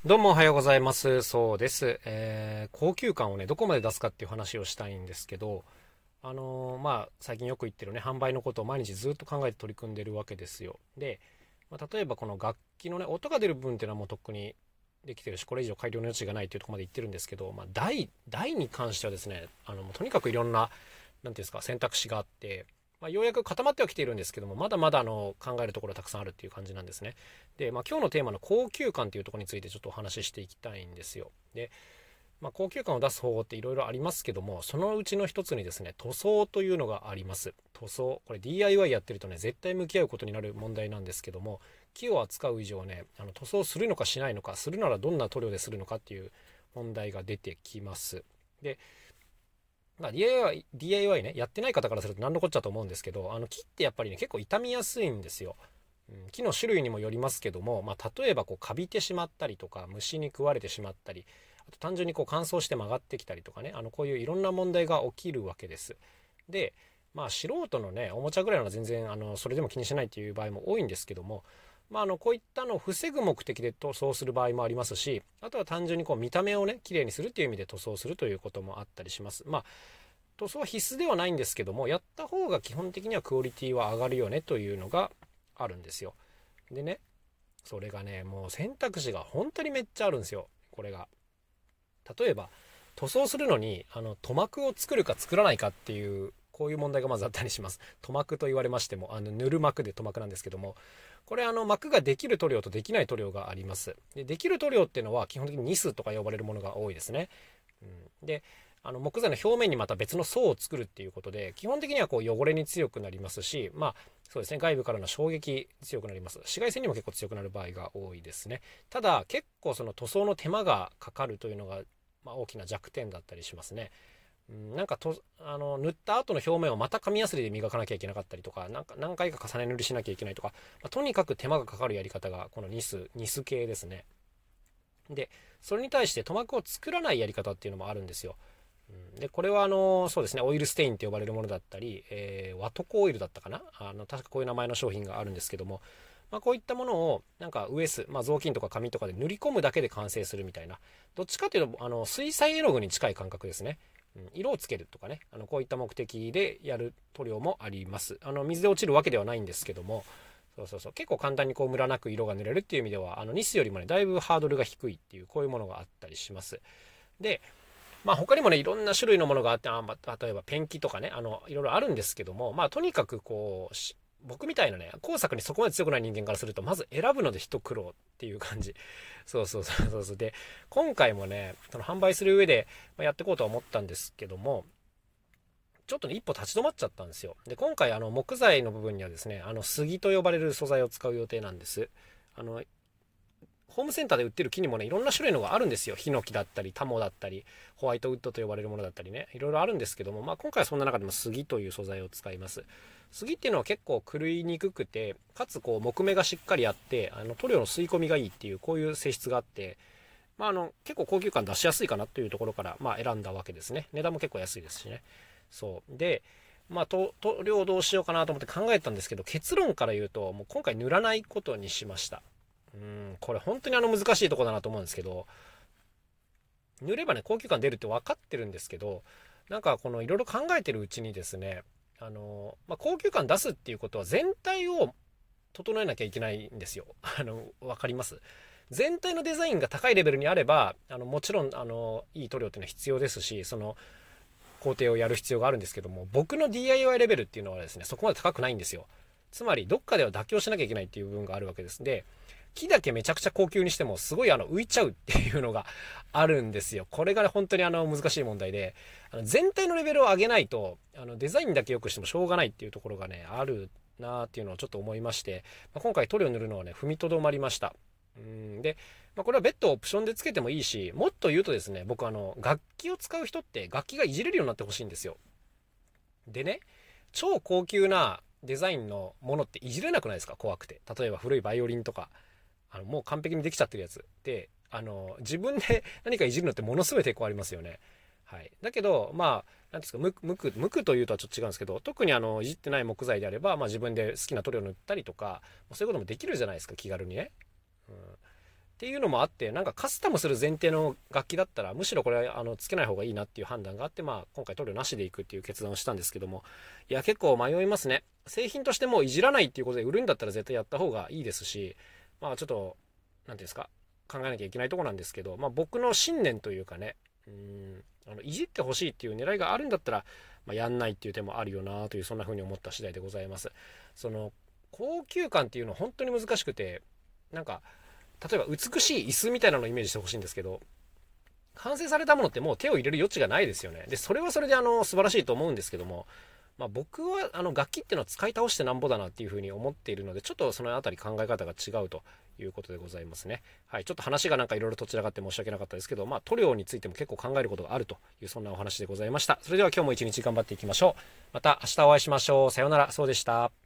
どうもおはようございます。そうです。高級感をね、どこまで出すかっていう話をしたいんですけど、最近よく言ってるね、販売のことを毎日ずっと考えて取り組んでるわけですよ。で、例えばこの楽器のね、音が出る部分っていうのはもうとっくにできてるし、これ以上改良の余地がないっていうところまで言ってるんですけど、台に関してはですね、もうとにかくいろんな、なんていうんですか、選択肢があって、ようやく固まってはきているんですけども、まだまだ考えるところたくさんあるっていう感じなんですね。で、今日のテーマの高級感というところについてちょっとお話ししていきたいんですよ。で、高級感を出す方法っていろいろありますけども、そのうちの一つにですね、塗装というのがあります。塗装。これ DIY やってるとね、絶対向き合うことになる問題なんですけども、木を扱う以上ね、塗装するのかしないのか、するならどんな塗料でするのかっていう問題が出てきます。で、DIY ね、やってない方からすると何のこっちゃと思うんですけど、木ってやっぱりね、結構傷みやすいんですよ。木の種類にもよりますけども、例えばこうカビてしまったりとか虫に食われてしまったり、あと単純にこう乾燥して曲がってきたりとかね、こういういろんな問題が起きるわけです。で、素人のねおもちゃぐらいなら全然それでも気にしないっていう場合も多いんですけども、こういったのを防ぐ目的で塗装する場合もありますし、あとは単純にこう見た目をね綺麗にするっていう意味で塗装するということもあったりします。塗装は必須ではないんですけども、やった方が基本的にはクオリティは上がるよねというのがあるんですよ。でね、それがね、もう選択肢が本当にめっちゃあるんですよ。これが。例えば、塗装するのに、塗膜を作るか作らないかっていう、こういう問題がまずあったりします。塗膜と言われましても、塗る膜で塗膜なんですけども、これ膜ができる塗料とできない塗料があります。できる塗料っていうのは基本的にニスとか呼ばれるものが多いですね。で、木材の表面にまた別の層を作るっていうことで、基本的にはこう汚れに強くなりますし、そうですね、外部からの衝撃強くなります。紫外線にも結構強くなる場合が多いですね。ただ結構その塗装の手間がかかるというのが、大きな弱点だったりしますね。なんか塗った後の表面をまた紙やすりで磨かなきゃいけなかったりとか、なんか何回か重ね塗りしなきゃいけないとか、とにかく手間がかかるやり方がこのニス系ですね。で、それに対して塗膜を作らないやり方っていうのもあるんですよ。で、これはそうですね、オイルステインって呼ばれるものだったり、ワトコオイルだったかな、確かこういう名前の商品があるんですけども、こういったものをなんかウエス、雑巾とか紙とかで塗り込むだけで完成するみたいな、どっちかというと水彩絵の具に近い感覚ですね。色をつけるとかね、こういった目的でやる塗料もあります。水で落ちるわけではないんですけども、そう結構簡単にこうムラなく色が塗れるっていう意味ではニスよりもねだいぶハードルが低いっていう、こういうものがあったりします。で、他にもねいろんな種類のものがあって、例えばペンキとかね、いろいろあるんですけども、とにかくこう僕みたいなね工作にそこまで強くない人間からすると、まず選ぶので一苦労っていう感じ。そうで、今回もねその販売する上でやっていこうとは思ったんですけども、ちょっとね一歩立ち止まっちゃったんですよ。で、今回木材の部分にはですね杉と呼ばれる素材を使う予定なんです。あのホームセンターで売ってる木にもねいろんな種類のがあるんですよ。ヒノキだったりタモだったりホワイトウッドと呼ばれるものだったりね、いろいろあるんですけども、今回はそんな中でも杉という素材を使います。杉っていうのは結構狂いにくくて、かつこう木目がしっかりあって、塗料の吸い込みがいいっていう、こういう性質があって、結構高級感出しやすいかなというところから、選んだわけですね。値段も結構安いですしね。そうで、塗料どうしようかなと思って考えたんですけど、結論から言うともう今回塗らないことにしました。これ本当に難しいところだなと思うんですけど、塗ればね高級感出るって分かってるんですけど、なんかこのいろいろ考えてるうちにですね、高級感出すっていうことは全体を整えなきゃいけないんですよ。分かります？全体のデザインが高いレベルにあればもちろんいい塗料っていうのは必要ですし、その工程をやる必要があるんですけども、僕の DIY レベルっていうのはですねそこまで高くないんですよ。つまりどっかでは妥協しなきゃいけないっていう部分があるわけです。で、木だけめちゃくちゃ高級にしてもすごい浮いちゃうっていうのがあるんですよ。これがね本当に難しい問題で、全体のレベルを上げないとデザインだけ良くしてもしょうがないっていうところがねあるなーっていうのをちょっと思いまして、今回塗料塗るのはね踏みとどまりました。で、これは別途オプションでつけてもいいし、もっと言うとですね、僕楽器を使う人って楽器がいじれるようになってほしいんですよ。でね、超高級なデザインのものっていじれなくないですか？怖くて。例えば古いバイオリンとか、もう完璧にできちゃってるやつで、自分で何かいじるのってものすごい抵抗ありますよね。はい。だけど、なんですか、無垢というとはちょっと違うんですけど、特にいじってない木材であれば、自分で好きな塗料塗ったりとか、そういうこともできるじゃないですか、気軽にね。っっていうのもあって、なんかカスタムする前提の楽器だったらむしろこれはつけない方がいいなっていう判断があって、今回塗料なしでいくっていう決断をしたんですけども、いや結構迷いますね。製品としてもいじらないっていうことで売るんだったら絶対やった方がいいですし、ちょっと何ていうんですか、考えなきゃいけないとこなんですけど、僕の信念というかね、いじってほしいっていう狙いがあるんだったら、やんないっていう手もあるよなという、そんな風に思った次第でございます。その高級感っていうのは本当に難しくて、なんか例えば美しい椅子みたいなのをイメージしてほしいんですけど、完成されたものってもう手を入れる余地がないですよね。でそれはそれで素晴らしいと思うんですけども、僕は楽器っていうのは使い倒してなんぼだなっていうふうに思っているので、ちょっとそのあたり考え方が違うということでございますね。はい、ちょっと話がなんかいろいろと散らがって申し訳なかったですけど、塗料についても結構考えることがあるという、そんなお話でございました。それでは今日も一日頑張っていきましょう。また明日お会いしましょう。さようなら。そうでした。